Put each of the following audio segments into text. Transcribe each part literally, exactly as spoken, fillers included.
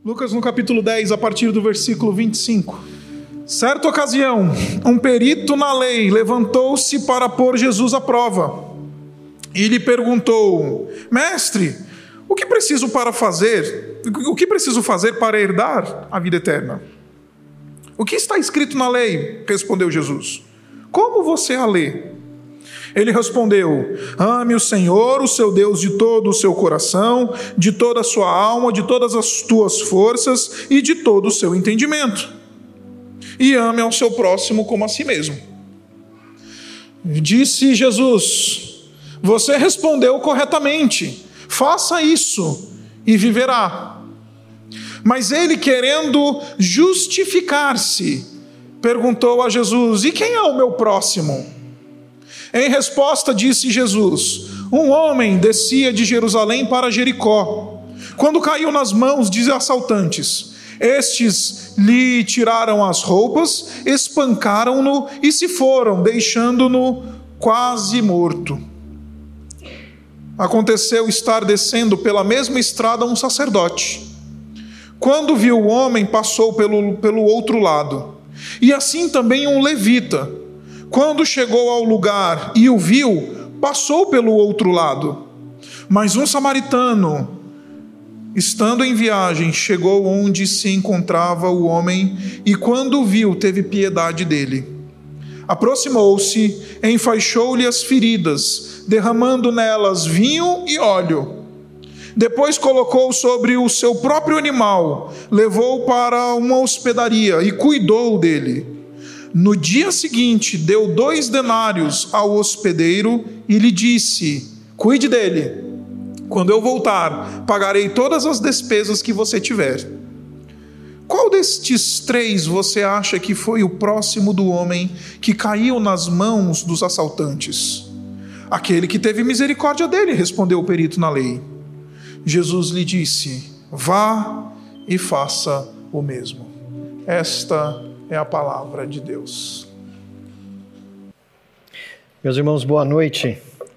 Lucas no capítulo dez, a partir do versículo vinte e cinco. Certa ocasião, um perito na lei levantou-se para pôr Jesus à prova e lhe perguntou: Mestre, o que preciso para fazer? O que preciso fazer para herdar a vida eterna? O que está escrito na lei? Respondeu Jesus. Como você a lê? Ele respondeu: ame o Senhor, o seu Deus, de todo o seu coração, de toda a sua alma, de todas as tuas forças e de todo o seu entendimento. E ame ao seu próximo como a si mesmo. Disse Jesus: você respondeu corretamente. Faça isso e viverá. Mas ele, querendo justificar-se, perguntou a Jesus: e quem é o meu próximo? Em resposta disse Jesus: um homem descia de Jerusalém para Jericó, quando caiu nas mãos de assaltantes. Estes lhe tiraram as roupas, espancaram-no e se foram, deixando-no quase morto. Aconteceu estar descendo pela mesma estrada um sacerdote. Quando viu o homem, passou pelo, pelo outro lado. E assim também um levita. Quando chegou ao lugar e o viu, passou pelo outro lado. Mas um samaritano, estando em viagem, chegou onde se encontrava o homem e quando o viu, teve piedade dele. Aproximou-se, enfaixou-lhe as feridas, derramando nelas vinho e óleo. Depois colocou sobre o seu próprio animal, levou-o para uma hospedaria e cuidou dele. No dia seguinte, deu dois denários ao hospedeiro e lhe disse: cuide dele. Quando eu voltar, pagarei todas as despesas que você tiver. Qual destes três você acha que foi o próximo do homem que caiu nas mãos dos assaltantes? Aquele que teve misericórdia dele, respondeu o perito na lei. Jesus lhe disse: vá e faça o mesmo. Esta é a palavra de Deus. Meus irmãos, boa noite.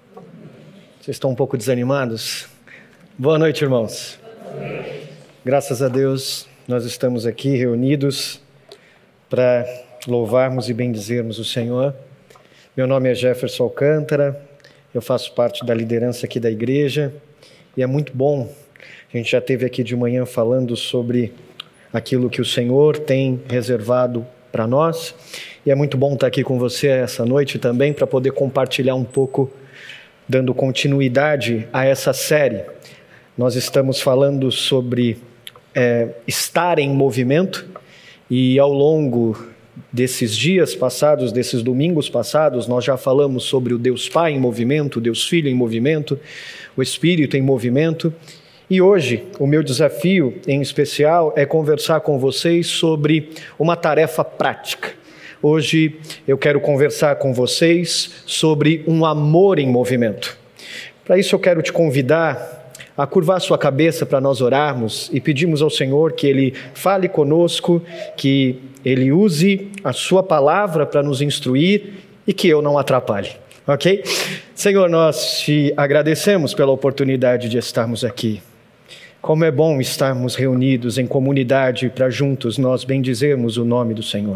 Vocês estão um pouco desanimados? Boa noite, irmãos. Graças a Deus, nós estamos aqui reunidos para louvarmos e bendizermos o Senhor. Meu nome é Jefferson Alcântara, eu faço parte da liderança aqui da igreja e é muito bom. A gente já esteve aqui de manhã falando sobre aquilo que o Senhor tem reservado para nós. E é muito bom estar aqui com você essa noite também para poder compartilhar um pouco, dando continuidade a essa série. Nós estamos falando sobre é, estar em movimento e ao longo desses dias passados, desses domingos passados, nós já falamos sobre o Deus Pai em movimento, o Deus Filho em movimento, o Espírito em movimento. E hoje, o meu desafio, em especial, é conversar com vocês sobre uma tarefa prática. Hoje, eu quero conversar com vocês sobre um amor em movimento. Para isso, eu quero te convidar a curvar sua cabeça para nós orarmos e pedirmos ao Senhor que Ele fale conosco, que Ele use a sua palavra para nos instruir e que eu não atrapalhe. Ok? Senhor, nós te agradecemos pela oportunidade de estarmos aqui. Como é bom estarmos reunidos em comunidade para juntos nós bendizermos o nome do Senhor.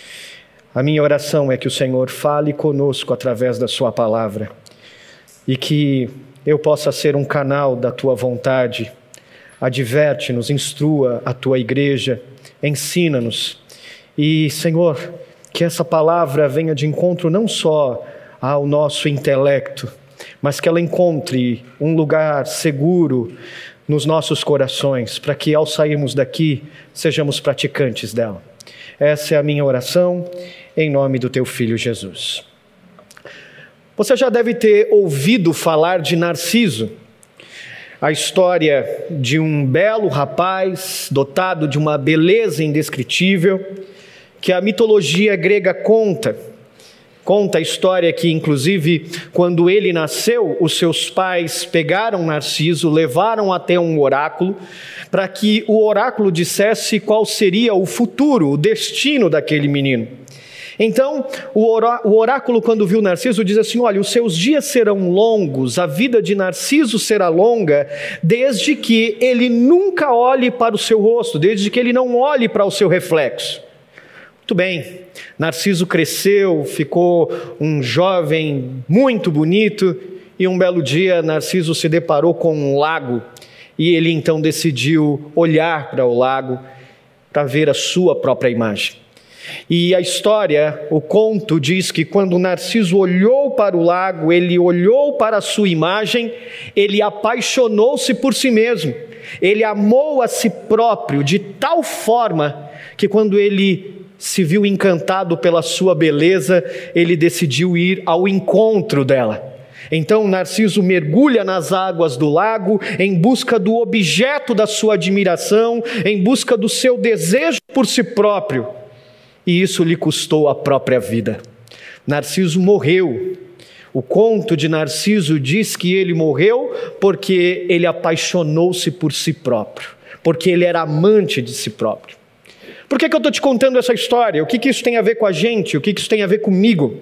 A minha oração é que o Senhor fale conosco através da sua palavra e que eu possa ser um canal da tua vontade. Adverte-nos, instrua a tua igreja, ensina-nos. E, Senhor, que essa palavra venha de encontro não só ao nosso intelecto, mas que ela encontre um lugar seguro nos nossos corações, para que ao sairmos daqui, sejamos praticantes dela. Essa é a minha oração, em nome do teu Filho Jesus. Você já deve ter ouvido falar de Narciso, a história de um belo rapaz, dotado de uma beleza indescritível, que a mitologia grega conta. Conta a história que, inclusive, quando ele nasceu, os seus pais pegaram Narciso, levaram até um oráculo, para que o oráculo dissesse qual seria o futuro, o destino daquele menino. Então, o oráculo, quando viu Narciso, diz assim: olha, os seus dias serão longos, a vida de Narciso será longa, desde que ele nunca olhe para o seu rosto, desde que ele não olhe para o seu reflexo. Muito bem, Narciso cresceu, ficou um jovem muito bonito, e um belo dia Narciso se deparou com um lago, e ele então decidiu olhar para o lago para ver a sua própria imagem. E a história, o conto diz que quando Narciso olhou para o lago, ele olhou para a sua imagem, ele apaixonou-se por si mesmo, ele amou a si próprio de tal forma que quando ele se viu encantado pela sua beleza, ele decidiu ir ao encontro dela. Então Narciso mergulha nas águas do lago em busca do objeto da sua admiração, em busca do seu desejo por si próprio. E isso lhe custou a própria vida. Narciso morreu. O conto de Narciso diz que ele morreu porque ele apaixonou-se por si próprio, porque ele era amante de si próprio. Por que que eu estou te contando essa história? O que que isso tem a ver com a gente? O que que isso tem a ver comigo?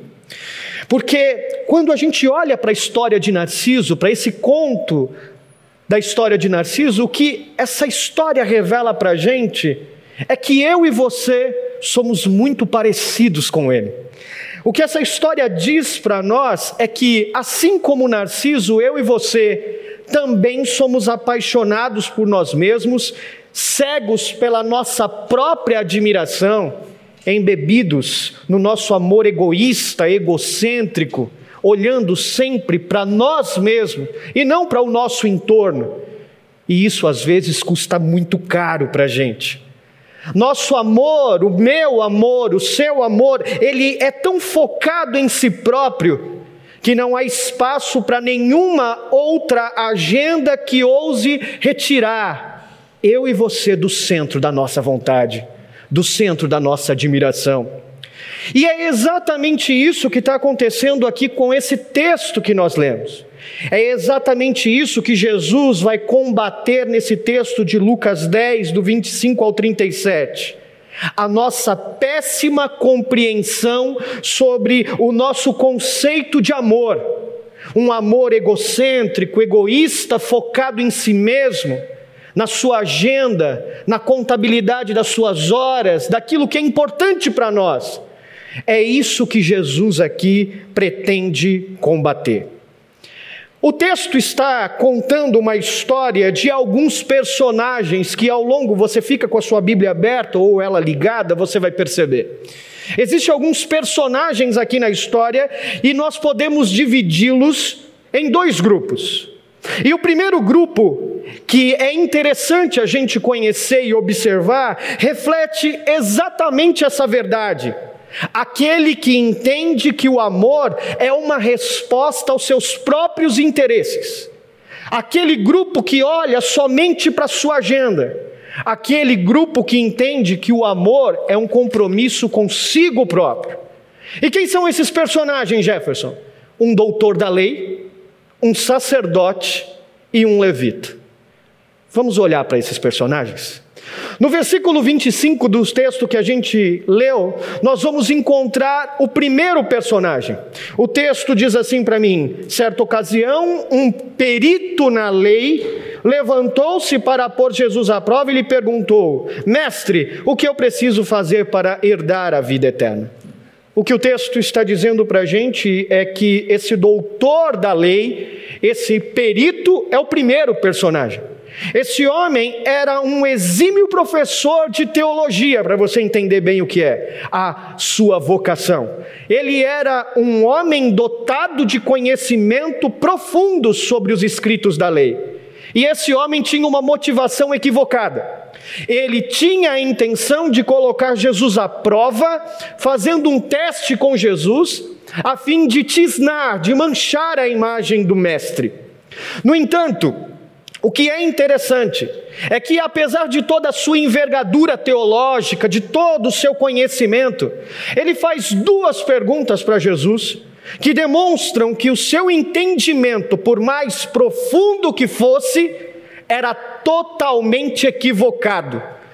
Porque quando a gente olha para a história de Narciso, para esse conto da história de Narciso, o que essa história revela para a gente é que eu e você somos muito parecidos com ele. O que essa história diz para nós é que, assim como Narciso, eu e você também somos apaixonados por nós mesmos, cegos pela nossa própria admiração, embebidos no nosso amor egoísta, egocêntrico, olhando sempre para nós mesmos e não para o nosso entorno. E isso às vezes custa muito caro para a gente. Nosso amor, o meu amor, o seu amor, ele é tão focado em si próprio que não há espaço para nenhuma outra agenda que ouse retirar eu e você do centro da nossa vontade, do centro da nossa admiração. E é exatamente isso que está acontecendo aqui com esse texto que nós lemos. É exatamente isso que Jesus vai combater nesse texto de Lucas dez, do vinte e cinco ao trinta e sete. A nossa péssima compreensão sobre o nosso conceito de amor. Um amor egocêntrico, egoísta, focado em si mesmo, na sua agenda, na contabilidade das suas horas, daquilo que é importante para nós. É isso que Jesus aqui pretende combater. O texto está contando uma história de alguns personagens que ao longo, você fica com a sua Bíblia aberta ou ela ligada, você vai perceber. Existem alguns personagens aqui na história e nós podemos dividi-los em dois grupos. E o primeiro grupo, que é interessante a gente conhecer e observar, reflete exatamente essa verdade. Aquele que entende que o amor é uma resposta aos seus próprios interesses. Aquele grupo que olha somente para a sua agenda. Aquele grupo que entende que o amor é um compromisso consigo próprio. E quem são esses personagens, Jefferson? Um doutor da lei, um sacerdote e um levita. Vamos olhar para esses personagens? No versículo vinte e cinco do texto que a gente leu, nós vamos encontrar o primeiro personagem. O texto diz assim para mim: certa ocasião, um perito na lei levantou-se para pôr Jesus à prova e lhe perguntou: mestre, o que eu preciso fazer para herdar a vida eterna? O que o texto está dizendo para a gente é que esse doutor da lei, esse perito, é o primeiro personagem. Esse homem era um exímio professor de teologia, para você entender bem o que é a sua vocação. Ele era um homem dotado de conhecimento profundo sobre os escritos da lei. E esse homem tinha uma motivação equivocada. Ele tinha a intenção de colocar Jesus à prova, fazendo um teste com Jesus, a fim de tisnar, de manchar a imagem do mestre. No entanto, o que é interessante é que, apesar de toda a sua envergadura teológica, de todo o seu conhecimento, ele faz duas perguntas para Jesus que demonstram que o seu entendimento, por mais profundo que fosse, era totalmente equivocado.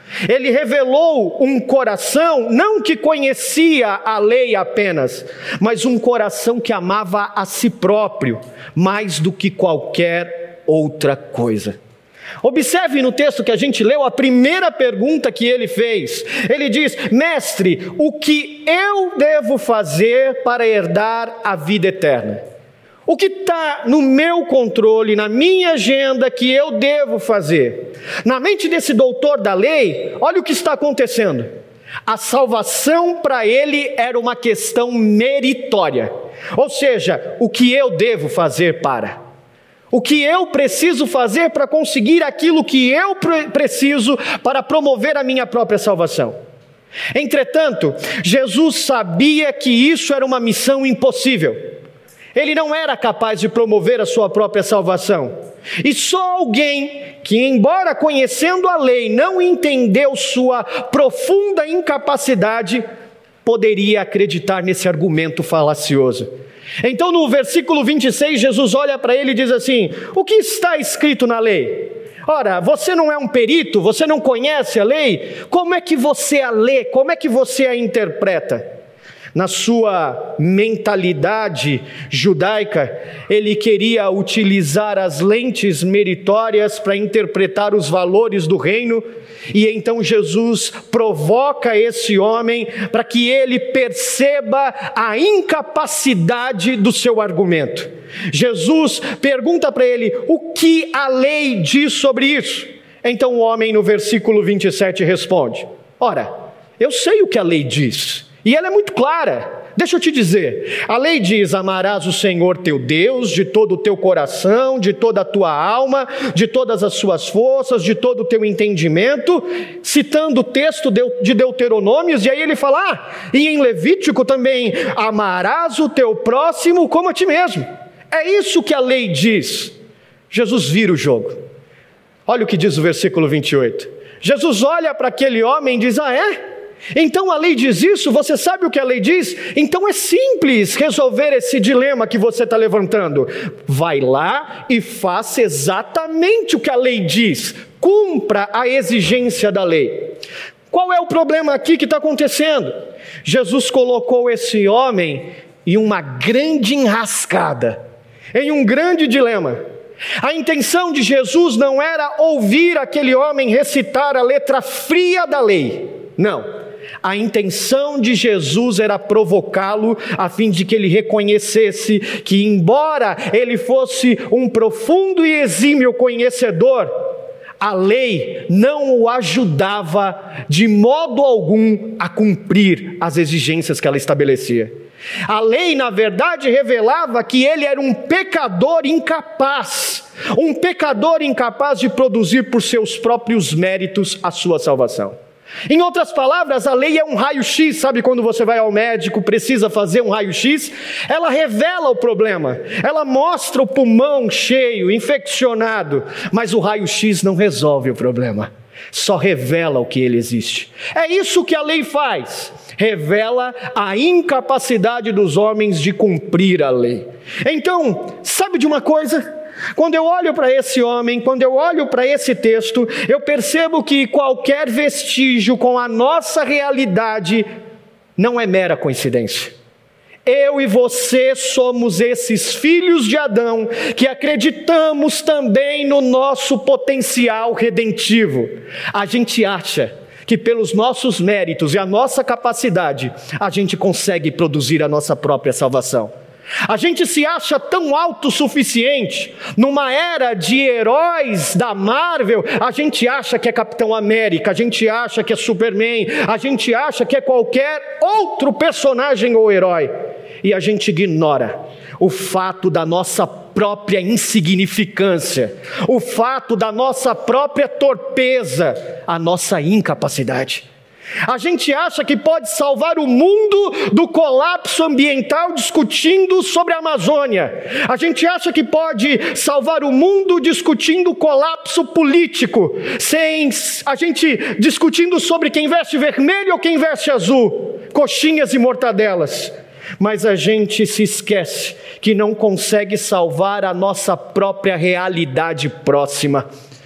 Ele revelou um coração, não que conhecia a lei apenas, mas um coração que amava a si próprio, mais do que qualquer outra coisa. Observe no texto que a gente leu a primeira pergunta que ele fez. Ele diz: mestre, o que eu devo fazer para herdar a vida eterna? O que está no meu controle, na minha agenda, que eu devo fazer? Na mente desse doutor da lei, olha o que está acontecendo. A salvação para ele era uma questão meritória. Ou seja, o que eu devo fazer para? O que eu preciso fazer para conseguir aquilo que eu preciso para promover a minha própria salvação? Entretanto, Jesus sabia que isso era uma missão impossível. Ele não era capaz de promover a sua própria salvação. E só alguém que, embora conhecendo a lei, não entendeu sua profunda incapacidade, poderia acreditar nesse argumento falacioso. Então no versículo vinte e seis, Jesus olha para ele e diz assim: o que está escrito na lei? Ora, você não é um perito, você não conhece a lei, como é que você a lê, como é que você a interpreta? Na sua mentalidade judaica, ele queria utilizar as lentes meritórias para interpretar os valores do reino, e então Jesus provoca esse homem para que ele perceba a incapacidade do seu argumento. Jesus pergunta para ele: o que a lei diz sobre isso? Então o homem no versículo vinte e sete responde: ora, eu sei o que a lei diz, e ela é muito clara. Deixa eu te dizer, a lei diz: amarás o Senhor teu Deus de todo o teu coração, de toda a tua alma, de todas as suas forças, de todo o teu entendimento, citando o texto de Deuteronômios, e aí ele fala: ah, e em Levítico também, amarás o teu próximo como a ti mesmo. É isso que a lei diz. Jesus vira o jogo. Olha o que diz o versículo vinte e oito. Jesus olha para aquele homem e diz: ah é? Então a lei diz isso? Você sabe o que a lei diz? Então é simples resolver esse dilema que você está levantando. Vai lá e faça exatamente o que a lei diz. Cumpra a exigência da lei. Qual é o problema aqui que está acontecendo? Jesus colocou esse homem em uma grande enrascada, em um grande dilema. A intenção de Jesus não era ouvir aquele homem recitar a letra fria da lei. Não. A intenção de Jesus era provocá-lo a fim de que ele reconhecesse que, embora ele fosse um profundo e exímio conhecedor, a lei não o ajudava de modo algum a cumprir as exigências que ela estabelecia. A lei, na verdade, revelava que ele era um pecador incapaz, um pecador incapaz de produzir por seus próprios méritos a sua salvação. Em outras palavras, a lei é um raio-x, sabe quando você vai ao médico, precisa fazer um raio-x? Ela revela o problema, ela mostra o pulmão cheio, infeccionado, mas o raio-x não resolve o problema, só revela o que ele existe. É isso que a lei faz, revela a incapacidade dos homens de cumprir a lei. Então, sabe de uma coisa? Quando eu olho para esse homem, quando eu olho para esse texto, eu percebo que qualquer vestígio com a nossa realidade não é mera coincidência. Eu e você somos esses filhos de Adão que acreditamos também no nosso potencial redentivo. A gente acha que pelos nossos méritos e a nossa capacidade, a gente consegue produzir a nossa própria salvação. A gente se acha tão autossuficiente. Numa era de heróis da Marvel, a gente acha que é Capitão América, a gente acha que é Superman, a gente acha que é qualquer outro personagem ou herói, e a gente ignora o fato da nossa própria insignificância, o fato da nossa própria torpeza, a nossa incapacidade. A gente acha que pode salvar o mundo do colapso ambiental discutindo sobre a Amazônia. A gente acha que pode salvar o mundo discutindo o colapso político, sem a gente discutindo sobre quem veste vermelho ou quem veste azul, coxinhas e mortadelas. Mas a gente se esquece que não consegue salvar a nossa própria realidade próxima.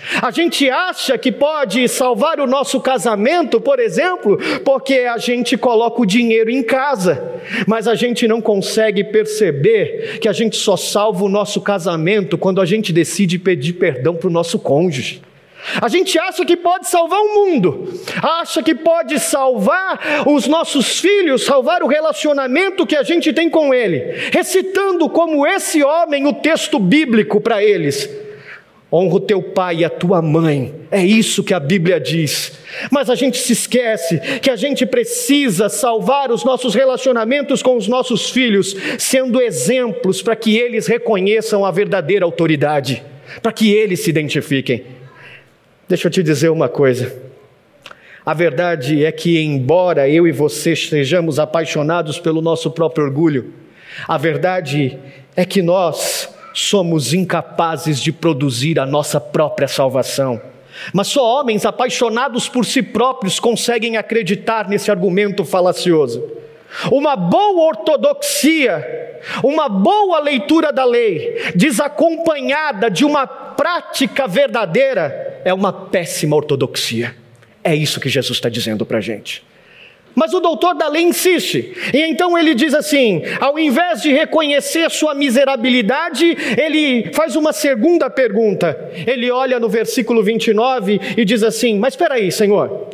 A gente acha que pode salvar o nosso casamento, por exemplo, porque a gente coloca o dinheiro em casa, mas a gente não consegue perceber que a gente só salva o nosso casamento quando a gente decide pedir perdão para o nosso cônjuge. A gente acha que pode salvar o mundo, acha que pode salvar os nossos filhos, salvar o relacionamento que a gente tem com ele, recitando como esse homem o texto bíblico para eles. Honra o teu pai e a tua mãe, é isso que a Bíblia diz. Mas a gente se esquece que a gente precisa salvar os nossos relacionamentos com os nossos filhos, sendo exemplos para que eles reconheçam a verdadeira autoridade, para que eles se identifiquem. Deixa eu te dizer uma coisa, a verdade é que embora eu e você estejamos apaixonados pelo nosso próprio orgulho, a verdade é que nós somos incapazes de produzir a nossa própria salvação. Mas só homens apaixonados por si próprios conseguem acreditar nesse argumento falacioso. Uma boa ortodoxia, uma boa leitura da lei, desacompanhada de uma prática verdadeira, é uma péssima ortodoxia. É isso que Jesus está dizendo para a gente. Mas o doutor da lei insiste, e então ele diz assim, ao invés de reconhecer sua miserabilidade, ele faz uma segunda pergunta. Ele olha no versículo vinte e nove e diz assim, mas espera aí, Senhor,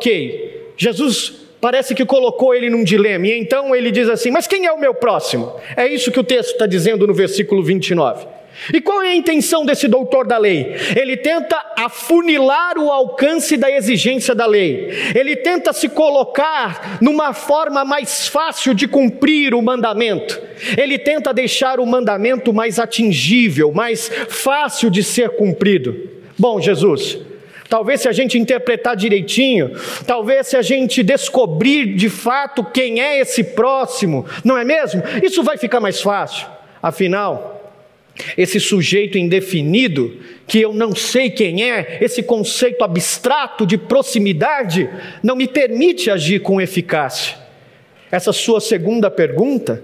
ok, Jesus parece que colocou ele num dilema, e então ele diz assim, mas quem é o meu próximo? É isso que o texto está dizendo no versículo vinte e nove. E qual é a intenção desse doutor da lei? Ele tenta afunilar o alcance da exigência da lei. Ele tenta se colocar numa forma mais fácil de cumprir o mandamento. Ele tenta deixar o mandamento mais atingível, mais fácil de ser cumprido. Bom, Jesus, talvez se a gente interpretar direitinho, talvez se a gente descobrir de fato quem é esse próximo, não é mesmo? Isso vai ficar mais fácil. Afinal, esse sujeito indefinido, que eu não sei quem é, esse conceito abstrato de proximidade, não me permite agir com eficácia. Essa sua segunda pergunta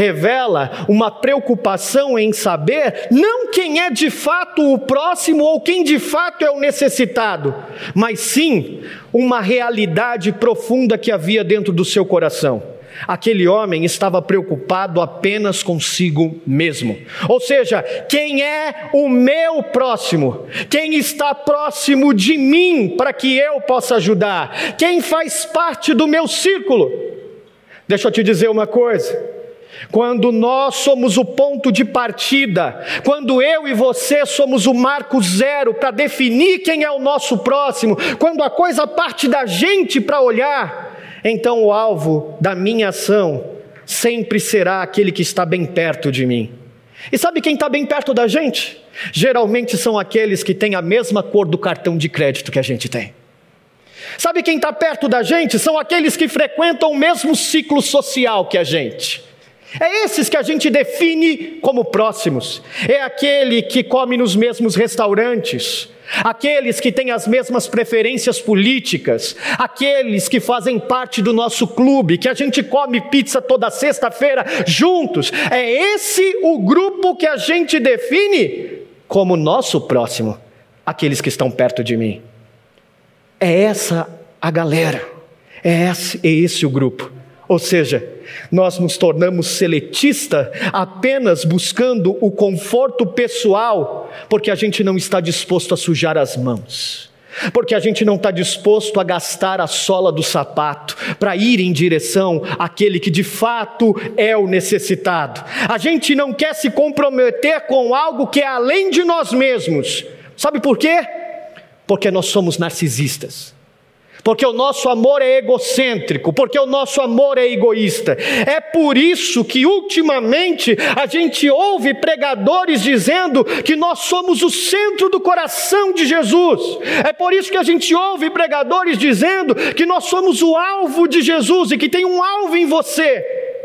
revela uma preocupação em saber não quem é de fato o próximo ou quem de fato é o necessitado, mas sim uma realidade profunda que havia dentro do seu coração. Aquele homem estava preocupado apenas consigo mesmo. Ou seja, quem é o meu próximo? Quem está próximo de mim para que eu possa ajudar? Quem faz parte do meu círculo? Deixa eu te dizer uma coisa. Quando nós somos o ponto de partida, quando eu e você somos o marco zero para definir quem é o nosso próximo, quando a coisa parte da gente para olhar, então o alvo da minha ação sempre será aquele que está bem perto de mim. E sabe quem está bem perto da gente? Geralmente são aqueles que têm a mesma cor do cartão de crédito que a gente tem. Sabe quem está perto da gente? São aqueles que frequentam o mesmo ciclo social que a gente. É esses que a gente define como próximos. É aquele que come nos mesmos restaurantes, aqueles que têm as mesmas preferências políticas, aqueles que fazem parte do nosso clube, que a gente come pizza toda sexta-feira juntos. É esse o grupo que a gente define como nosso próximo, aqueles que estão perto de mim. É essa a galera, é esse, é esse o grupo. Ou seja, nós nos tornamos seletistas apenas buscando o conforto pessoal, porque a gente não está disposto a sujar as mãos, porque a gente não está disposto a gastar a sola do sapato para ir em direção àquele que de fato é o necessitado. A gente não quer se comprometer com algo que é além de nós mesmos. Sabe por quê? Porque nós somos narcisistas. Porque o nosso amor é egocêntrico, porque o nosso amor é egoísta. É por isso que ultimamente a gente ouve pregadores dizendo que nós somos o centro do coração de Jesus. É por isso que a gente ouve pregadores dizendo que nós somos o alvo de Jesus e que tem um alvo em você.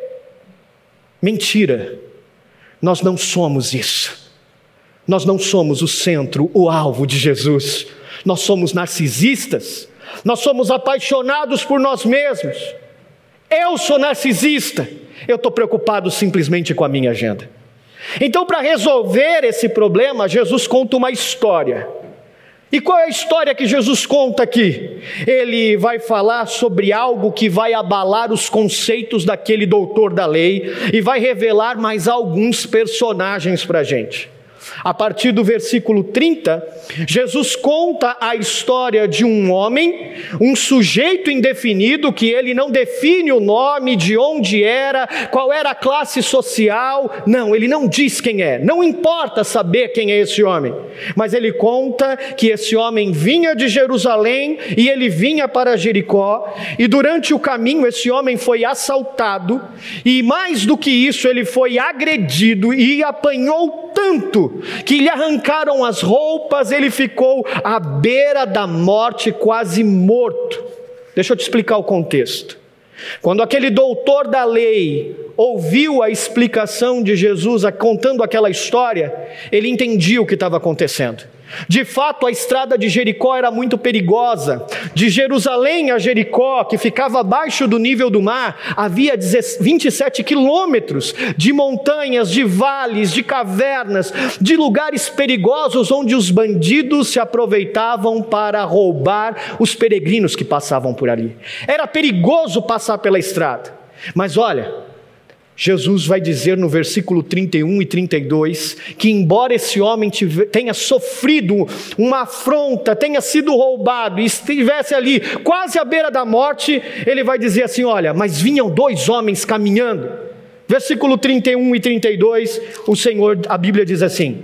Mentira, nós não somos isso. Nós não somos o centro, o alvo de Jesus. Nós somos narcisistas. Nós somos apaixonados por nós mesmos. Eu sou narcisista. Eu estou preocupado simplesmente com a minha agenda. Então, para resolver esse problema, Jesus conta uma história. E qual é a história que Jesus conta aqui? Ele vai falar sobre algo que vai abalar os conceitos daquele doutor da lei e vai revelar mais alguns personagens para a gente. A partir do versículo trinta, Jesus conta a história de um homem, um sujeito indefinido, que ele não define o nome, de onde era, qual era a classe social, não, ele não diz quem é, não importa saber quem é esse homem, mas ele conta que esse homem vinha de Jerusalém e ele vinha para Jericó, e durante o caminho esse homem foi assaltado, e mais do que isso, ele foi agredido e apanhou tanto que lhe arrancaram as roupas, ele ficou à beira da morte, quase morto. Deixa eu te explicar o contexto. Quando aquele doutor da lei ouviu a explicação de Jesus contando aquela história, ele entendia o que estava acontecendo. De fato, a estrada de Jericó era muito perigosa. De Jerusalém a Jericó, que ficava abaixo do nível do mar, havia vinte e sete quilômetros de montanhas, de vales, de cavernas, de lugares perigosos onde os bandidos se aproveitavam para roubar os peregrinos que passavam por ali. Era perigoso passar pela estrada. Mas olha, Jesus vai dizer no versículo trinta e um e trinta e dois, que embora esse homem tenha sofrido uma afronta, tenha sido roubado e estivesse ali quase à beira da morte, ele vai dizer assim, olha, mas vinham dois homens caminhando. Versículo trinta e um e trinta e dois, o Senhor, a Bíblia diz assim: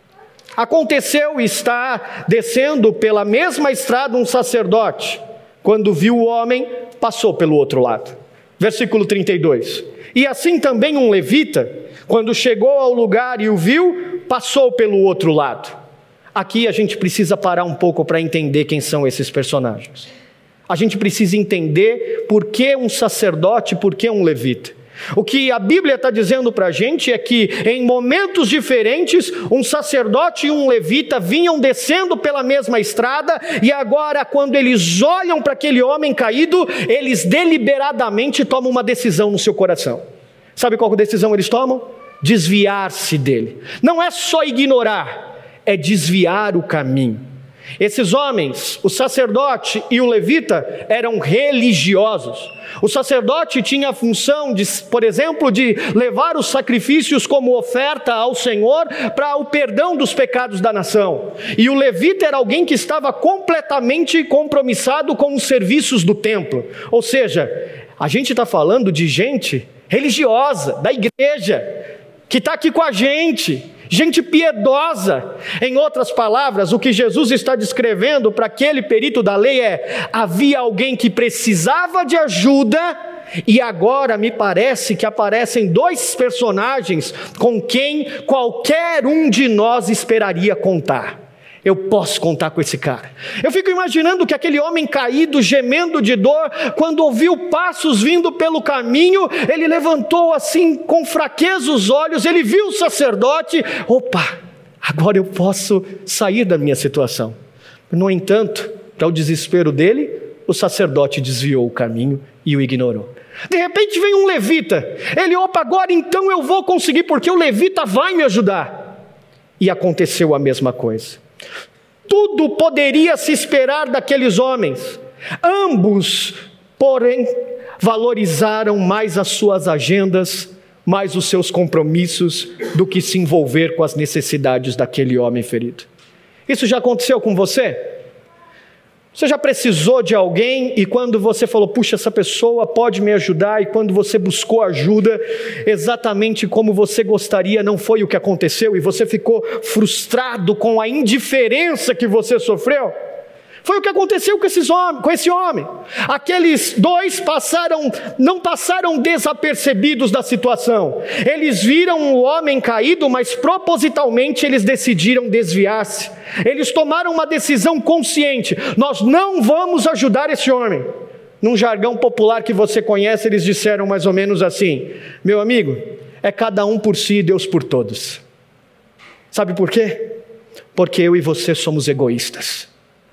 aconteceu estar descendo pela mesma estrada um sacerdote, quando viu o homem, passou pelo outro lado. Versículo trinta e dois, e assim também um levita, quando chegou ao lugar e o viu, passou pelo outro lado. Aqui a gente precisa parar um pouco para entender quem são esses personagens. A gente precisa entender por que um sacerdote, por que um levita. O que a Bíblia está dizendo para a gente é que em momentos diferentes, um sacerdote e um levita vinham descendo pela mesma estrada, e agora quando eles olham para aquele homem caído, eles deliberadamente tomam uma decisão no seu coração. Sabe qual decisão eles tomam? Desviar-se dele. Não é só ignorar, é desviar o caminho. Esses homens, o sacerdote e o levita, eram religiosos. O sacerdote tinha a função, de, por exemplo, de levar os sacrifícios como oferta ao Senhor para o perdão dos pecados da nação. E o levita era alguém que estava completamente compromissado com os serviços do templo. Ou seja, a gente está falando de gente religiosa, da igreja, que está aqui com a gente, gente piedosa. Em outras palavras, o que Jesus está descrevendo para aquele perito da lei é: havia alguém que precisava de ajuda, e agora me parece que aparecem dois personagens com quem qualquer um de nós esperaria contar. Eu posso contar com esse cara. Eu fico imaginando que aquele homem caído, gemendo de dor, quando ouviu passos vindo pelo caminho, ele levantou assim com fraqueza os olhos, ele viu o sacerdote, opa, agora eu posso sair da minha situação. No entanto, para o desespero dele, o sacerdote desviou o caminho e o ignorou. De repente vem um levita, ele, opa, agora então eu vou conseguir, porque o levita vai me ajudar. E aconteceu a mesma coisa. Tudo poderia se esperar daqueles homens. Ambos, porém, valorizaram mais as suas agendas, mais os seus compromissos, do que se envolver com as necessidades daquele homem ferido. Isso já aconteceu com você? Você já precisou de alguém e quando você falou, puxa, essa pessoa pode me ajudar, e quando você buscou ajuda, exatamente como você gostaria, não foi o que aconteceu, e você ficou frustrado com a indiferença que você sofreu? Foi o que aconteceu com, esses homens, com esse homem. Aqueles dois passaram, não passaram desapercebidos da situação. Eles viram o homem caído, mas propositalmente eles decidiram desviar-se. Eles tomaram uma decisão consciente: nós não vamos ajudar esse homem. Num jargão popular que você conhece, eles disseram mais ou menos assim: meu amigo, é cada um por si e Deus por todos. Sabe por quê? Porque eu e você somos egoístas.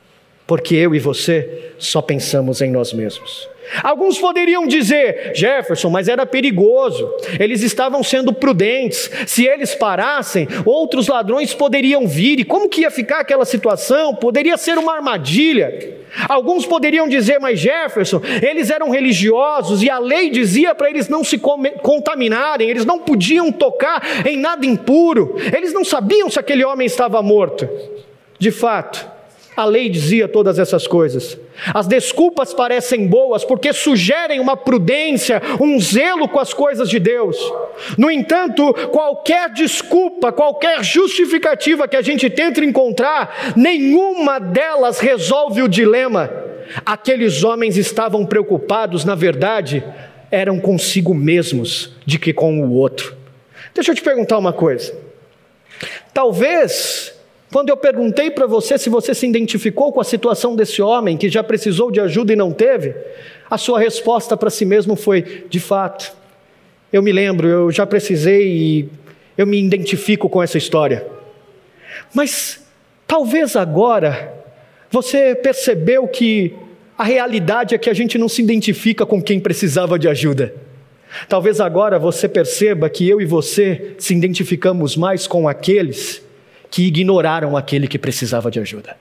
porque eu e você só pensamos em nós mesmos. Alguns poderiam dizer: Jefferson, mas era perigoso, eles estavam sendo prudentes, se eles parassem, outros ladrões poderiam vir, e como que ia ficar aquela situação? Poderia ser uma armadilha. Alguns poderiam dizer: mas Jefferson, eles eram religiosos e a lei dizia para eles não se contaminarem, eles não podiam tocar em nada impuro, eles não sabiam se aquele homem estava morto. De fato, a lei dizia todas essas coisas. As desculpas parecem boas porque sugerem uma prudência, um zelo com as coisas de Deus. No entanto, qualquer desculpa, qualquer justificativa que a gente tenta encontrar, nenhuma delas resolve o dilema. Aqueles homens estavam preocupados, na verdade, eram consigo mesmos de que com o outro. Deixa eu te perguntar uma coisa. Talvez, quando eu perguntei para você se você se identificou com a situação desse homem que já precisou de ajuda e não teve, a sua resposta para si mesmo foi: de fato, eu me lembro, eu já precisei e eu me identifico com essa história. Mas talvez agora você percebeu que a realidade é que a gente não se identifica com quem precisava de ajuda. Talvez agora você perceba que eu e você se identificamos mais com aqueles que ignoraram aquele que precisava de ajuda.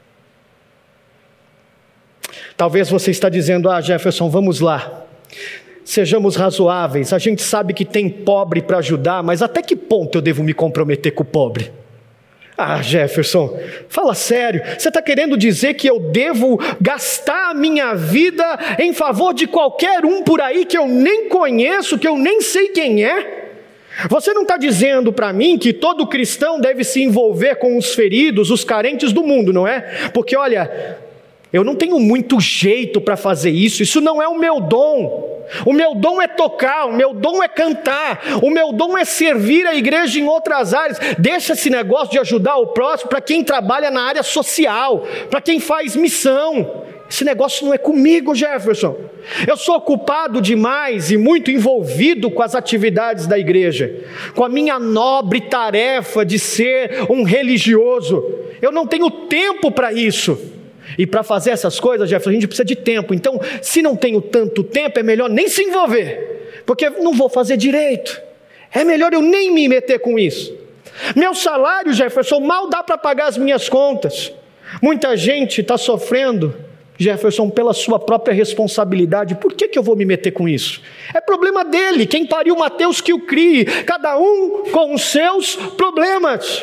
Talvez você está dizendo: ah, Jefferson, vamos lá, sejamos razoáveis, a gente sabe que tem pobre para ajudar, mas até que ponto eu devo me comprometer com o pobre? Ah, Jefferson, fala sério, você está querendo dizer que eu devo gastar a minha vida em favor de qualquer um por aí que eu nem conheço, que eu nem sei quem é? Você não está dizendo para mim que todo cristão deve se envolver com os feridos, os carentes do mundo, não é? Porque olha, eu não tenho muito jeito para fazer isso, isso não é o meu dom. O meu dom é tocar, o meu dom é cantar, o meu dom é servir a igreja em outras áreas. Deixa esse negócio de ajudar o próximo para quem trabalha na área social, para quem faz missão. Esse negócio não é comigo, Jefferson. Eu sou ocupado demais e muito envolvido com as atividades da igreja, com a minha nobre tarefa de ser um religioso. Eu não tenho tempo para isso. E para fazer essas coisas, Jefferson, a gente precisa de tempo. Então, se não tenho tanto tempo, é melhor nem se envolver, porque não vou fazer direito. É melhor eu nem me meter com isso. Meu salário, Jefferson, mal dá para pagar as minhas contas. Muita gente está sofrendo, Jefferson, pela sua própria responsabilidade. Por que que eu vou me meter com isso? É problema dele, quem pariu Mateus que o crie, cada um com os seus problemas.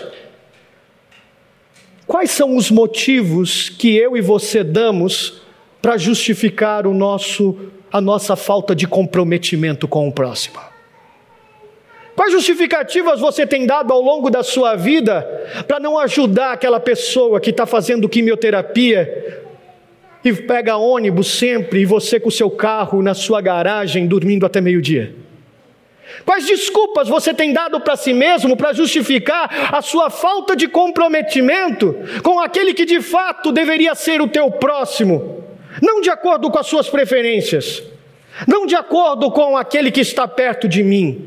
Quais são os motivos que eu e você damos para justificar o nosso, a nossa falta de comprometimento com o próximo? Quais justificativas você tem dado ao longo da sua vida para não ajudar aquela pessoa que está fazendo quimioterapia e pega ônibus sempre, e você com o seu carro na sua garagem dormindo até meio-dia? Quais desculpas você tem dado para si mesmo para justificar a sua falta de comprometimento com aquele que de fato deveria ser o teu próximo, não de acordo com as suas preferências, não de acordo com aquele que está perto de mim?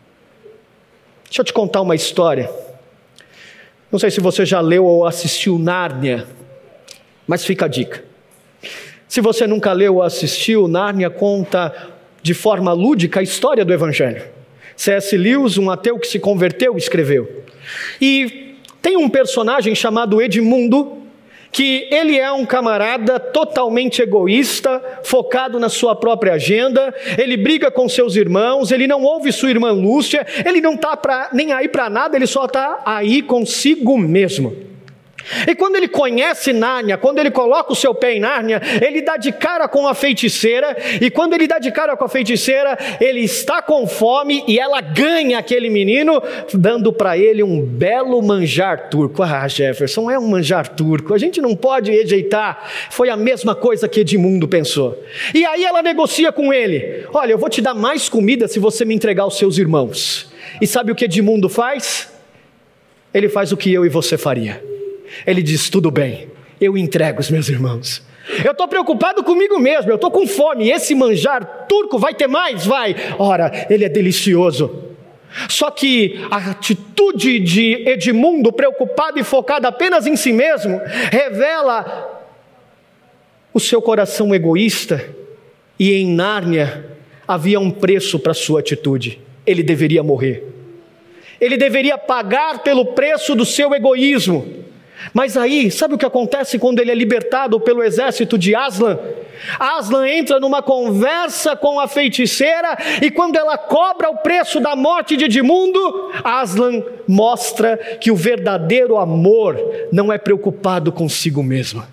Deixa eu te contar uma história. Não sei se você já leu ou assistiu Nárnia, mas fica a dica. Se você nunca leu ou assistiu, Nárnia conta de forma lúdica a história do Evangelho. C S Lewis, um ateu que se converteu, escreveu. E tem um personagem chamado Edmundo, que ele é um camarada totalmente egoísta, focado na sua própria agenda, ele briga com seus irmãos, ele não ouve sua irmã Lúcia, ele não está nem aí para nada, ele só está aí consigo mesmo. E quando ele conhece Nárnia, quando ele coloca o seu pé em Nárnia, ele dá de cara com a feiticeira, e quando ele dá de cara com a feiticeira, ele está com fome, e ela ganha aquele menino, dando para ele um belo manjar turco. Ah, Jefferson, é um manjar turco, a gente não pode rejeitar. Foi a mesma coisa que Edmundo pensou. E aí ela negocia com ele: olha, eu vou te dar mais comida se você me entregar os seus irmãos. E sabe o que Edmundo faz? Ele faz o que eu e você faria. Ele diz: tudo bem, eu entrego os meus irmãos. Eu estou preocupado comigo mesmo, eu estou com fome, esse manjar turco vai ter mais? Vai. Ora, ele é delicioso. Só que a atitude de Edmundo, preocupado e focado apenas em si mesmo, revela o seu coração egoísta, e em Nárnia havia um preço para sua atitude. Ele deveria morrer. Ele deveria pagar pelo preço do seu egoísmo. Mas aí, sabe o que acontece quando ele é libertado pelo exército de Aslan? Aslan entra numa conversa com a feiticeira, e quando ela cobra o preço da morte de Edmundo, Aslan mostra que o verdadeiro amor não é preocupado consigo mesmo.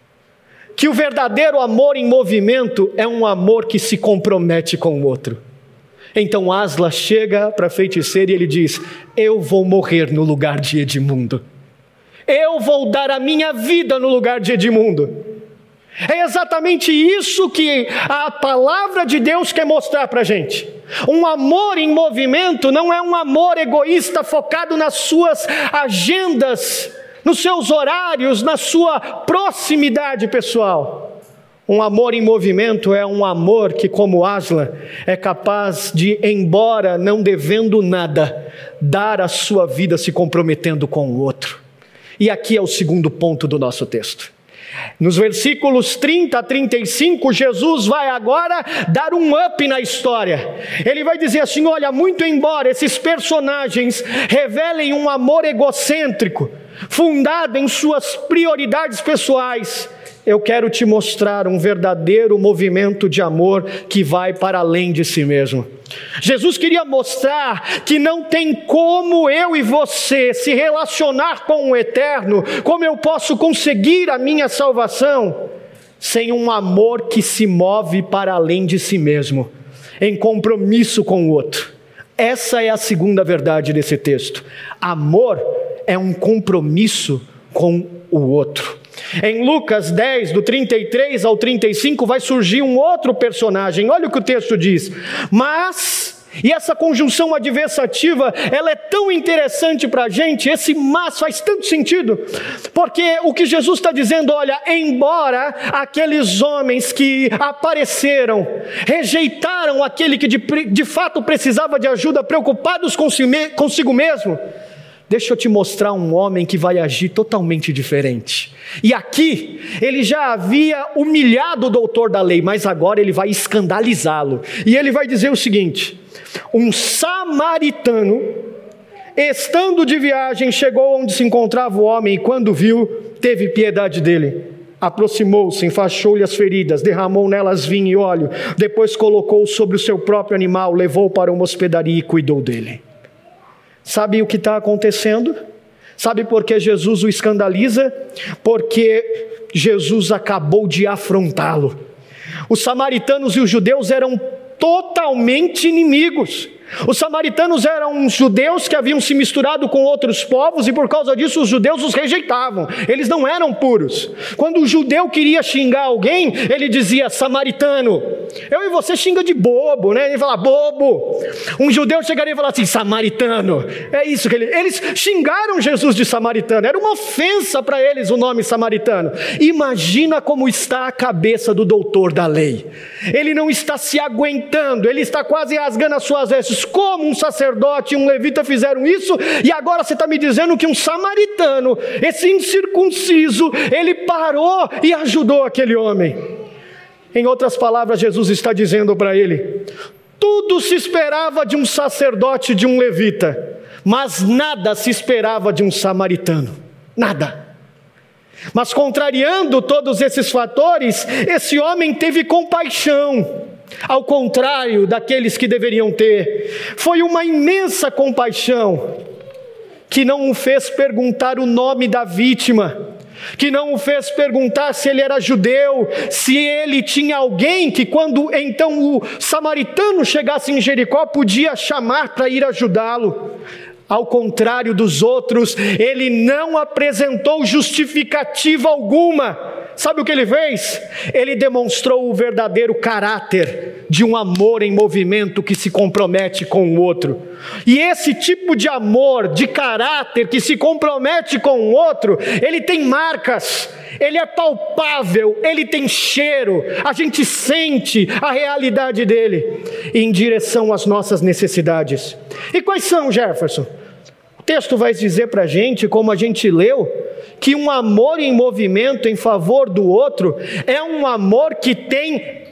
Que o verdadeiro amor em movimento é um amor que se compromete com o outro. Então Aslan chega para a feiticeira e ele diz: eu vou morrer no lugar de Edmundo. Eu vou dar a minha vida no lugar de Edmundo. É exatamente isso que a palavra de Deus quer mostrar para a gente. Um amor em movimento não é um amor egoísta focado nas suas agendas, nos seus horários, na sua proximidade pessoal. Um amor em movimento é um amor que, como Aslan, é capaz de, embora não devendo nada, dar a sua vida se comprometendo com o outro. E aqui é o segundo ponto do nosso texto. Nos versículos trinta a trinta e cinco, Jesus vai agora dar um up na história. Ele vai dizer assim: olha, muito embora esses personagens revelem um amor egocêntrico, fundado em suas prioridades pessoais, eu quero te mostrar um verdadeiro movimento de amor que vai para além de si mesmo. Jesus queria mostrar que não tem como eu e você se relacionar com o eterno, como eu posso conseguir a minha salvação, sem um amor que se move para além de si mesmo, em compromisso com o outro. Essa é a segunda verdade desse texto. Amor é um compromisso com o outro. Em Lucas dez, do trinta e três ao trinta e cinco, vai surgir um outro personagem. Olha o que o texto diz. Mas, e essa conjunção adversativa, ela é tão interessante para a gente, esse mas faz tanto sentido, porque o que Jesus está dizendo, olha, embora aqueles homens que apareceram, rejeitaram aquele que de, de fato precisava de ajuda, preocupados consigo mesmo, deixa eu te mostrar um homem que vai agir totalmente diferente. E aqui, ele já havia humilhado o doutor da lei, mas agora ele vai escandalizá-lo. E ele vai dizer o seguinte: um samaritano, estando de viagem, chegou onde se encontrava o homem, e quando viu, teve piedade dele. Aproximou-se, enfaixou-lhe as feridas, derramou nelas vinho e óleo, depois colocou sobre o seu próprio animal, levou para uma hospedaria e cuidou dele. Sabe o que está acontecendo? Sabe por que Jesus o escandaliza? Porque Jesus acabou de afrontá-lo. Os samaritanos e os judeus eram totalmente inimigos. Os samaritanos eram judeus que haviam se misturado com outros povos, e por causa disso os judeus os rejeitavam. Eles não eram puros. Quando o judeu queria xingar alguém, ele dizia samaritano. Eu e você xinga de bobo, né? Ele fala bobo. Um judeu chegaria e falar assim, samaritano. É isso que ele... Eles xingaram Jesus de samaritano. Era uma ofensa para eles o nome samaritano. Imagina como está a cabeça do doutor da lei. Ele não está se aguentando, ele está quase rasgando as suas vestes. Como um sacerdote e um levita fizeram isso, e agora você está me dizendo que um samaritano, esse incircunciso, ele parou e ajudou aquele homem. Em outras palavras, Jesus está dizendo para ele: tudo se esperava de um sacerdote, de um levita, mas nada se esperava de um samaritano, nada. Mas contrariando todos esses fatores, esse homem teve compaixão, ao contrário daqueles que deveriam ter. Foi uma imensa compaixão, que não o fez perguntar o nome da vítima, que não o fez perguntar se ele era judeu, se ele tinha alguém que quando então o samaritano chegasse em Jericó, podia chamar para ir ajudá-lo. Ao contrário dos outros, ele não apresentou justificativa alguma. Sabe o que ele fez? Ele demonstrou o verdadeiro caráter de um amor em movimento que se compromete com o outro. E esse tipo de amor, de caráter que se compromete com o outro, ele tem marcas, ele é palpável, ele tem cheiro, a gente sente a realidade dele em direção às nossas necessidades. E quais são, Jefferson? O texto vai dizer para a gente, como a gente leu, que um amor em movimento em favor do outro é um amor que tem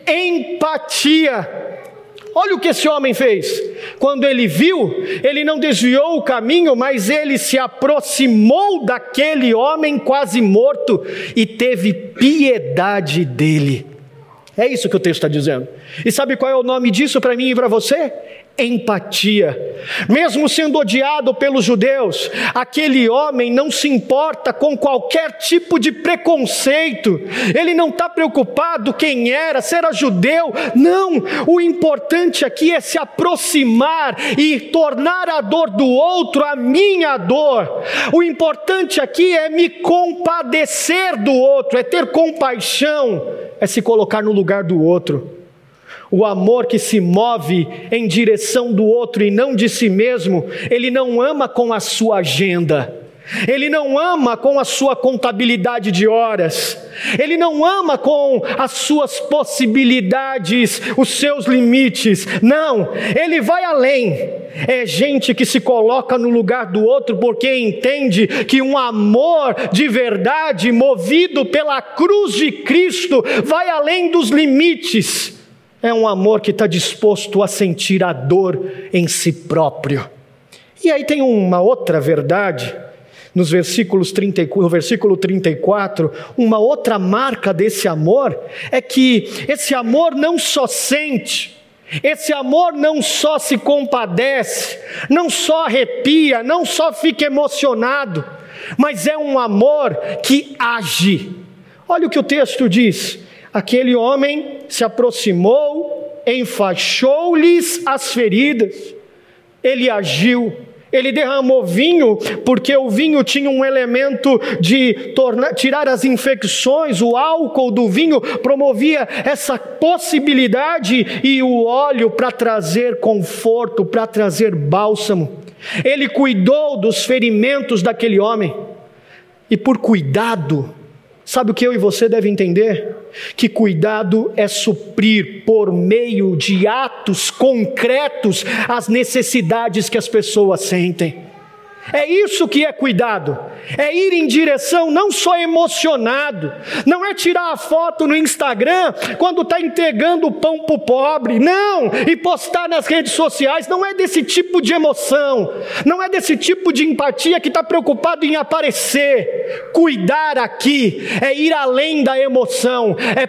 empatia. Olha o que esse homem fez. Quando ele viu, ele não desviou o caminho, mas ele se aproximou daquele homem quase morto e teve piedade dele. É isso que o texto está dizendo. E sabe qual é o nome disso para mim e para você? Empatia. Mesmo sendo odiado pelos judeus, aquele homem não se importa com qualquer tipo de preconceito. Ele não está preocupado quem era, se era judeu. Não, o importante aqui é se aproximar e tornar a dor do outro a minha dor. O importante aqui é me compadecer do outro, é ter compaixão, é se colocar no lugar do outro. O amor que se move em direção do outro e não de si mesmo, ele não ama com a sua agenda, ele não ama com a sua contabilidade de horas, ele não ama com as suas possibilidades, os seus limites. Não, ele vai além. É gente que se coloca no lugar do outro porque entende que um amor de verdade, movido pela cruz de Cristo, vai além dos limites. É um amor que está disposto a sentir a dor em si próprio. E aí tem uma outra verdade, nos versículos trinta, no versículo trinta e quatro, uma outra marca desse amor, é que esse amor não só sente, esse amor não só se compadece, não só arrepia, não só fica emocionado, mas é um amor que age. Olha o que o texto diz. Aquele homem se aproximou, enfaixou-lhes as feridas, ele agiu, ele derramou vinho, porque o vinho tinha um elemento de tornar, tirar as infecções, o álcool do vinho promovia essa possibilidade, e o óleo para trazer conforto, para trazer bálsamo. Ele cuidou dos ferimentos daquele homem, e por cuidado, sabe o que eu e você devem entender? Que cuidado é suprir por meio de atos concretos as necessidades que as pessoas sentem. É isso que é cuidado, é ir em direção não só emocionado, não é tirar a foto no Instagram quando está entregando o pão para o pobre, não, e postar nas redes sociais. Não é desse tipo de emoção, não é desse tipo de empatia que está preocupado em aparecer. Cuidar aqui é ir além da emoção, é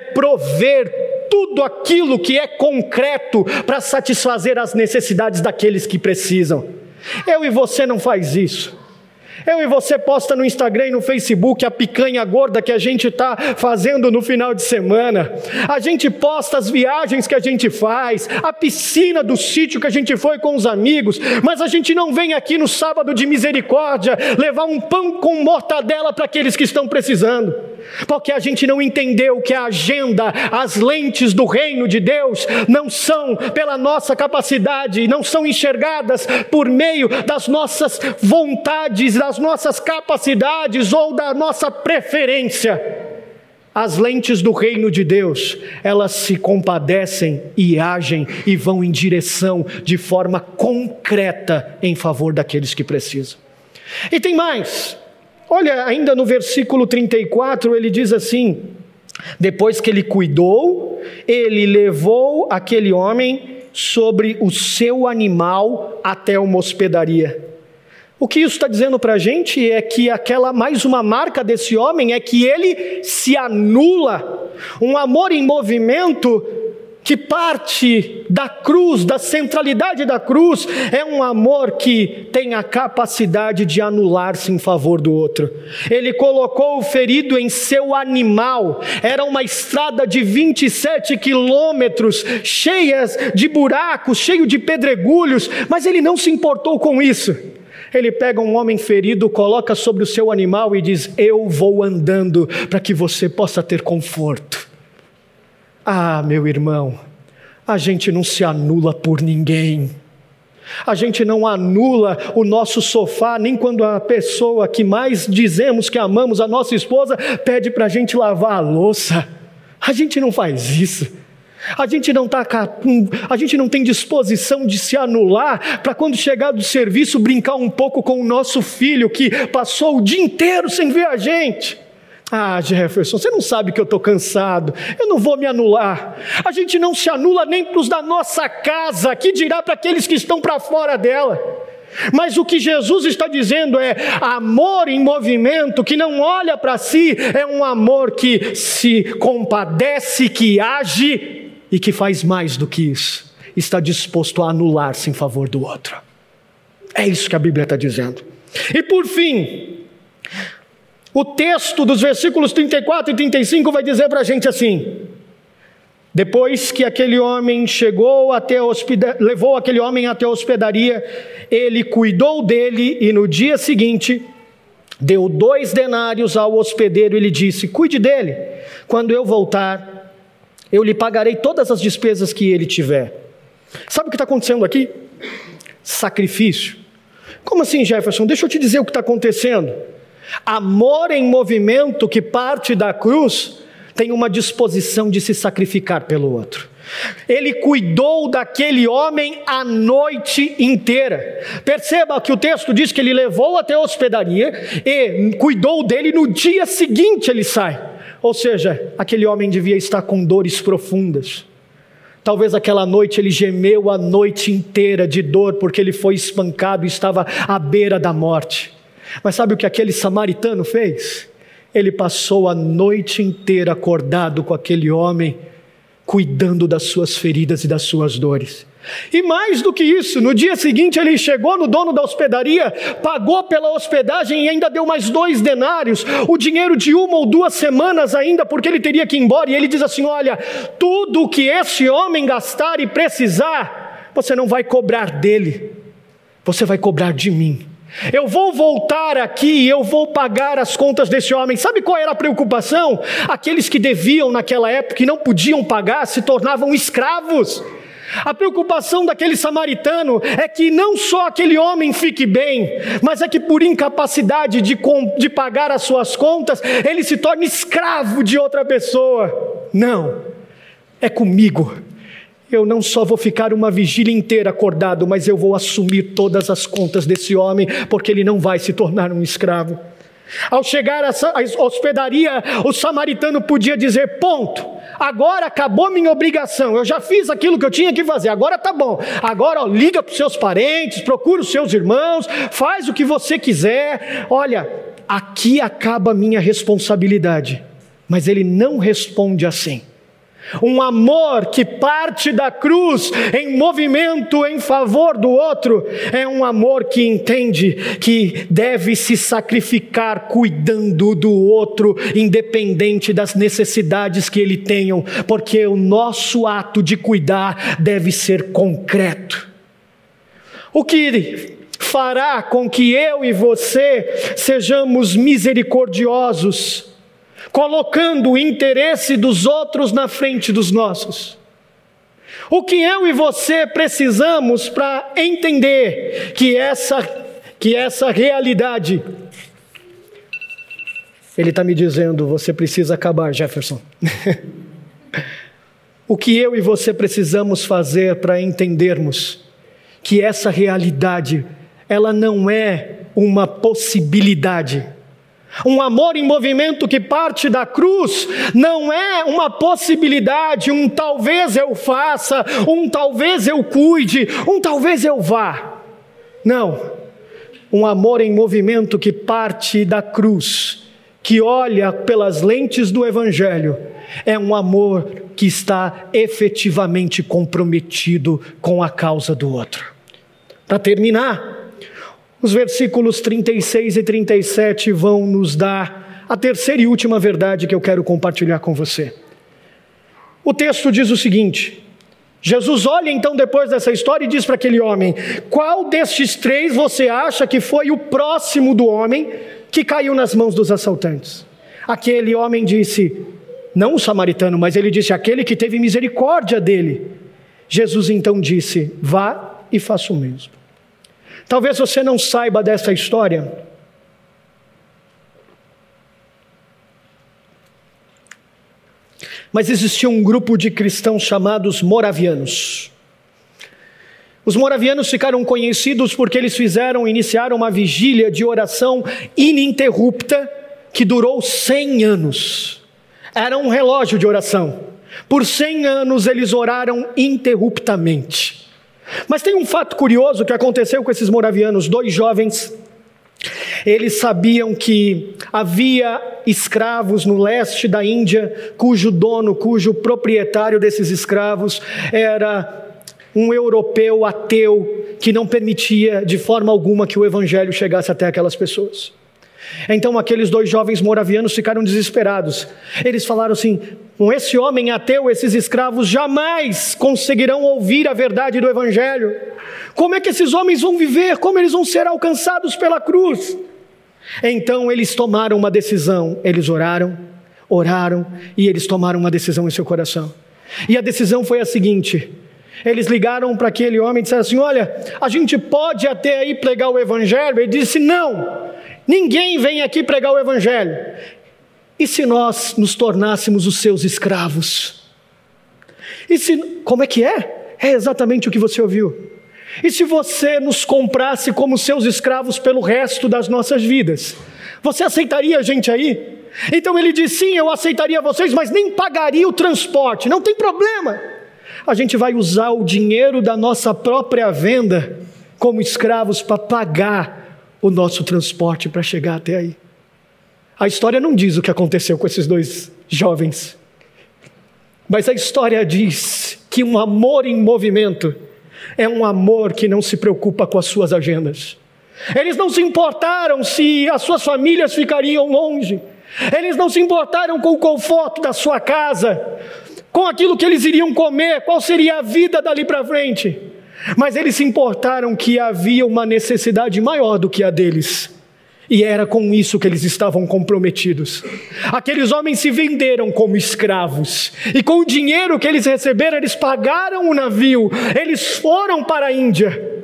prover tudo aquilo que é concreto para satisfazer as necessidades daqueles que precisam. Eu e você não faz isso. Eu e você posta no Instagram e no Facebook a picanha gorda que a gente está fazendo no final de semana. A gente posta as viagens que a gente faz, a piscina do sítio que a gente foi com os amigos, mas a gente não vem aqui no sábado de misericórdia levar um pão com mortadela para aqueles que estão precisando, porque a gente não entendeu que a agenda, as lentes do reino de Deus não são pela nossa capacidade, não são enxergadas por meio das nossas vontades, das nossas capacidades ou da nossa preferência. As lentes do reino de Deus, elas se compadecem e agem e vão em direção de forma concreta em favor daqueles que precisam. E tem mais. Olha, ainda no versículo trinta e quatro, ele diz assim: depois que ele cuidou, ele levou aquele homem sobre o seu animal até uma hospedaria. O que isso está dizendo para a gente é que aquela, mais uma marca desse homem é que ele se anula. Um amor em movimento que parte da cruz, da centralidade da cruz, é um amor que tem a capacidade de anular-se em favor do outro. Ele colocou o ferido em seu animal. Era uma estrada de vinte e sete quilômetros, cheias de buracos, cheio de pedregulhos, mas ele não se importou com isso. Ele pega um homem ferido, coloca sobre o seu animal e diz: eu vou andando para que você possa ter conforto. Ah, meu irmão, a gente não se anula por ninguém. A gente não anula o nosso sofá, nem quando a pessoa que mais dizemos que amamos, a nossa esposa, pede para a gente lavar a louça. A gente não faz isso. A gente não tá, a gente não tem disposição de se anular para quando chegar do serviço brincar um pouco com o nosso filho que passou o dia inteiro sem ver a gente. Ah, Jefferson, você não sabe que eu estou cansado, eu não vou me anular. A gente não se anula nem para os da nossa casa, que dirá para aqueles que estão para fora dela. Mas o que Jesus está dizendo é amor em movimento, que não olha para si, é um amor que se compadece, que age e que faz mais do que isso. Está disposto a anular-se em favor do outro. É isso que a Bíblia está dizendo. E por fim, o texto dos versículos trinta e quatro e trinta e cinco vai dizer para a gente assim: depois que aquele homem chegou até a hospeda... levou aquele homem até a hospedaria, ele cuidou dele e no dia seguinte deu dois denários ao hospedeiro e lhe disse: cuide dele, quando eu voltar eu lhe pagarei todas as despesas que ele tiver. Sabe o que está acontecendo aqui? Sacrifício. Como assim, Jefferson? Deixa eu te dizer o que está acontecendo. Amor em movimento que parte da cruz tem uma disposição de se sacrificar pelo outro. Ele cuidou daquele homem a noite inteira. Perceba que o texto diz que ele levou até a hospedaria e cuidou dele, no dia seguinte ele sai. Ou seja, aquele homem devia estar com dores profundas. Talvez aquela noite ele gemeu a noite inteira de dor porque ele foi espancado e estava à beira da morte. Mas sabe o que aquele samaritano fez? Ele passou a noite inteira acordado com aquele homem, cuidando das suas feridas e das suas dores. E mais do que isso, no dia seguinte ele chegou no dono da hospedaria, pagou pela hospedagem e ainda deu mais dois denários, o dinheiro de uma ou duas semanas ainda, porque ele teria que ir embora. E ele diz assim: olha, tudo que esse homem gastar e precisar, você não vai cobrar dele, você vai cobrar de mim. Eu vou voltar aqui e eu vou pagar as contas desse homem. Sabe qual era a preocupação? Aqueles que deviam naquela época e não podiam pagar se tornavam escravos. A preocupação daquele samaritano é que não só aquele homem fique bem, mas é que por incapacidade de, de pagar as suas contas, ele se torne escravo de outra pessoa. Não, é comigo. Eu não só vou ficar uma vigília inteira acordado, mas eu vou assumir todas as contas desse homem, porque ele não vai se tornar um escravo. Ao chegar à hospedaria, o samaritano podia dizer: ponto, agora acabou minha obrigação, eu já fiz aquilo que eu tinha que fazer, agora tá bom. Agora ó, liga para os seus parentes, procura os seus irmãos, faz o que você quiser. Olha, aqui acaba a minha responsabilidade. Mas ele não responde assim. Um amor que parte da cruz em movimento em favor do outro é um amor que entende que deve se sacrificar cuidando do outro, independente das necessidades que ele tenham, porque o nosso ato de cuidar deve ser concreto. O que fará com que eu e você sejamos misericordiosos, colocando o interesse dos outros na frente dos nossos. O que eu e você precisamos para entender que essa, que essa realidade... Ele está me dizendo: você precisa acabar, Jefferson. O que eu e você precisamos fazer para entendermos que essa realidade, ela não é uma possibilidade. Um amor em movimento que parte da cruz não é uma possibilidade, um talvez eu faça, um talvez eu cuide, um talvez eu vá. Não, um amor em movimento que parte da cruz, que olha pelas lentes do Evangelho, é um amor que está efetivamente comprometido com a causa do outro. Para terminar, os versículos trinta e seis e trinta e sete vão nos dar a terceira e última verdade que eu quero compartilhar com você. O texto diz o seguinte: Jesus olha então depois dessa história e diz para aquele homem: qual destes três você acha que foi o próximo do homem que caiu nas mãos dos assaltantes? Aquele homem disse, não o samaritano, mas ele disse, aquele que teve misericórdia dele. Jesus então disse, vá e faça o mesmo. Talvez você não saiba dessa história. Mas existia um grupo de cristãos chamados moravianos. Os moravianos ficaram conhecidos porque eles fizeram, iniciaram uma vigília de oração ininterrupta que durou cem anos. Era um relógio de oração. Por cem anos eles oraram interruptamente. Mas tem um fato curioso que aconteceu com esses moravianos, dois jovens. Eles sabiam que havia escravos no leste da Índia, cujo dono, cujo proprietário desses escravos era um europeu ateu que não permitia de forma alguma que o evangelho chegasse até aquelas pessoas. Então aqueles dois jovens moravianos ficaram desesperados. Eles falaram assim: com esse homem ateu, esses escravos jamais conseguirão ouvir a verdade do evangelho. Como é que esses homens vão viver? Como eles vão ser alcançados pela cruz? Então eles tomaram uma decisão. Eles oraram, oraram e eles tomaram uma decisão em seu coração. E a decisão foi a seguinte: eles ligaram para aquele homem e disseram assim: olha, a gente pode até aí pregar o evangelho? Ele disse: não, ninguém vem aqui pregar o evangelho. E se nós nos tornássemos os seus escravos? E se, como é que é? É exatamente o que você ouviu. E se você nos comprasse como seus escravos pelo resto das nossas vidas? Você aceitaria a gente aí? Então ele disse: sim, eu aceitaria vocês, mas nem pagaria o transporte, não tem problema. A gente vai usar o dinheiro da nossa própria venda como escravos para pagar o nosso transporte para chegar até aí. A história não diz o que aconteceu com esses dois jovens, mas a história diz que um amor em movimento é um amor que não se preocupa com as suas agendas. Eles não se importaram se as suas famílias ficariam longe, eles não se importaram com o conforto da sua casa, com aquilo que eles iriam comer, qual seria a vida dali para frente. Mas eles se importaram que havia uma necessidade maior do que a deles. E era com isso que eles estavam comprometidos. Aqueles homens se venderam como escravos. E com o dinheiro que eles receberam, eles pagaram o navio. Eles foram para a Índia.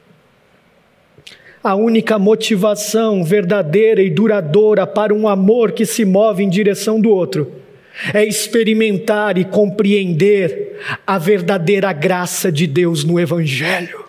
A única motivação verdadeira e duradoura para um amor que se move em direção do outro é experimentar e compreender a verdadeira graça de Deus no Evangelho.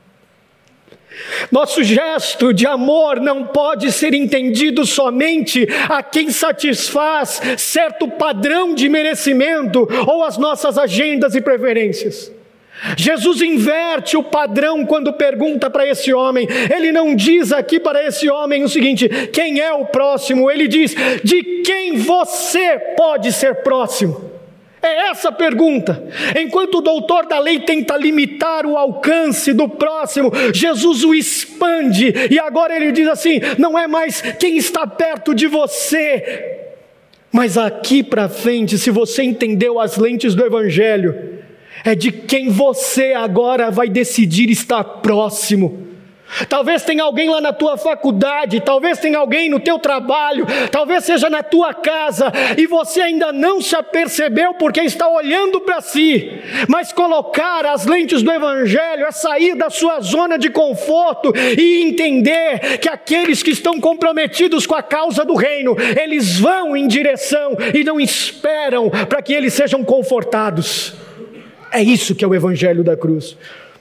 Nosso gesto de amor não pode ser entendido somente a quem satisfaz certo padrão de merecimento ou as nossas agendas e preferências. Jesus inverte o padrão quando pergunta para esse homem. Ele não diz aqui para esse homem o seguinte: quem é o próximo? Ele diz: de quem você pode ser próximo? É essa a pergunta. Enquanto o doutor da lei tenta limitar o alcance do próximo, Jesus o expande, e agora ele diz assim: não é mais quem está perto de você, mas aqui para frente, se você entendeu as lentes do Evangelho, é de quem você agora vai decidir estar próximo. Talvez tenha alguém lá na tua faculdade, talvez tenha alguém no teu trabalho, talvez seja na tua casa, e você ainda não se apercebeu porque está olhando para si. Mas colocar as lentes do Evangelho é sair da sua zona de conforto e entender que aqueles que estão comprometidos com a causa do reino, eles vão em direção e não esperam para que eles sejam confortados. É isso que é o Evangelho da cruz.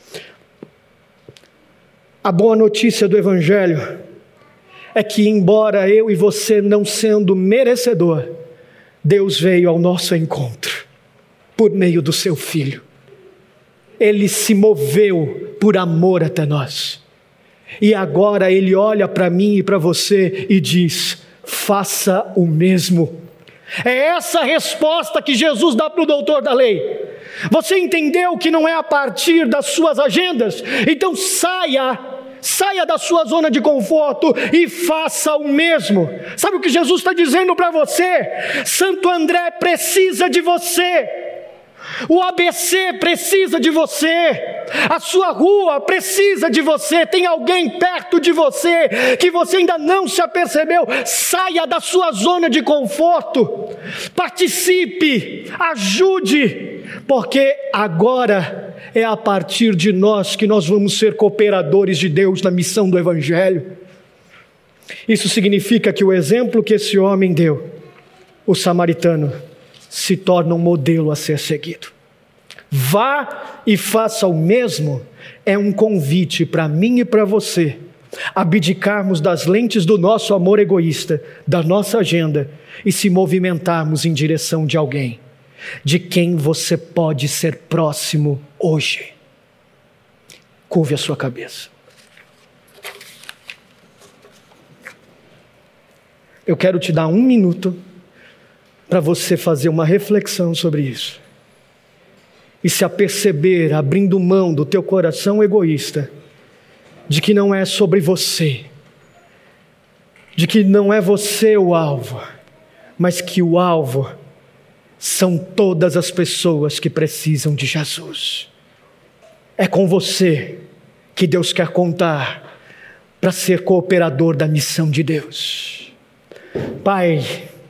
A boa notícia do Evangelho é que, embora eu e você não sendo merecedor, Deus veio ao nosso encontro por meio do seu Filho. Ele se moveu por amor até nós. E agora Ele olha para mim e para você e diz: faça o mesmo. É essa a resposta que Jesus dá para o doutor da lei. Você entendeu que não é a partir das suas agendas? Então saia, saia da sua zona de conforto e faça o mesmo. Sabe o que Jesus está dizendo para você? Santo André precisa de você. O A B C precisa de você, a sua rua precisa de você, tem alguém perto de você que você ainda não se apercebeu. Saia da sua zona de conforto, participe, ajude, porque agora é a partir de nós que nós vamos ser cooperadores de Deus na missão do Evangelho. Isso significa que o exemplo que esse homem deu, o samaritano, se torna um modelo a ser seguido. Vá e faça o mesmo é um convite para mim e para você abdicarmos das lentes do nosso amor egoísta, da nossa agenda, e se movimentarmos em direção de alguém, de quem você pode ser próximo hoje. Curve a sua cabeça. Eu quero te dar um minuto para você fazer uma reflexão sobre isso. E se aperceber, abrindo mão do teu coração egoísta, de que não é sobre você, de que não é você o alvo, mas que o alvo são todas as pessoas que precisam de Jesus. É com você que Deus quer contar para ser cooperador da missão de Deus. Pai,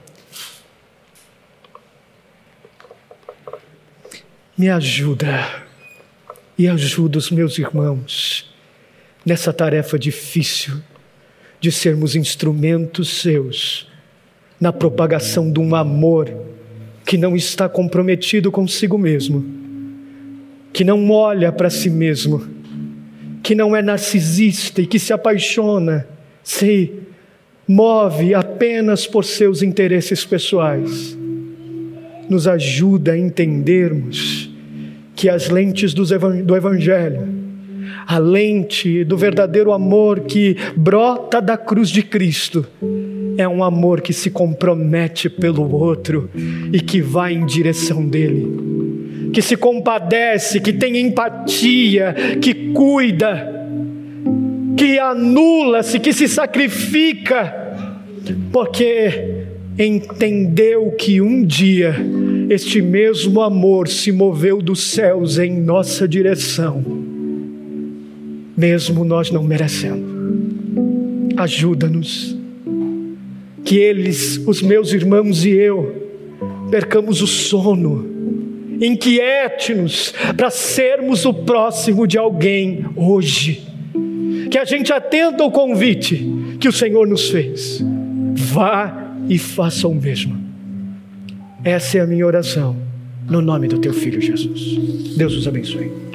me ajuda e ajuda os meus irmãos nessa tarefa difícil de sermos instrumentos seus na propagação de um amor que não está comprometido consigo mesmo, que não olha para si mesmo, que não é narcisista e que se apaixona, se move apenas por seus interesses pessoais. Nos ajuda a entendermos que as lentes do Evangelho, a lente do verdadeiro amor que brota da cruz de Cristo, é um amor que se compromete pelo outro e que vai em direção dele, que se compadece, que tem empatia, que cuida, que anula-se, que se sacrifica, porque entendeu que um dia este mesmo amor se moveu dos céus em nossa direção, mesmo nós não merecendo. Ajuda-nos, que eles, os meus irmãos e eu, percamos o sono, inquiete-nos para sermos o próximo de alguém hoje, que a gente atenda ao convite que o Senhor nos fez. Vá e faça o mesmo. Essa é a minha oração, no nome do teu Filho Jesus. Deus os abençoe.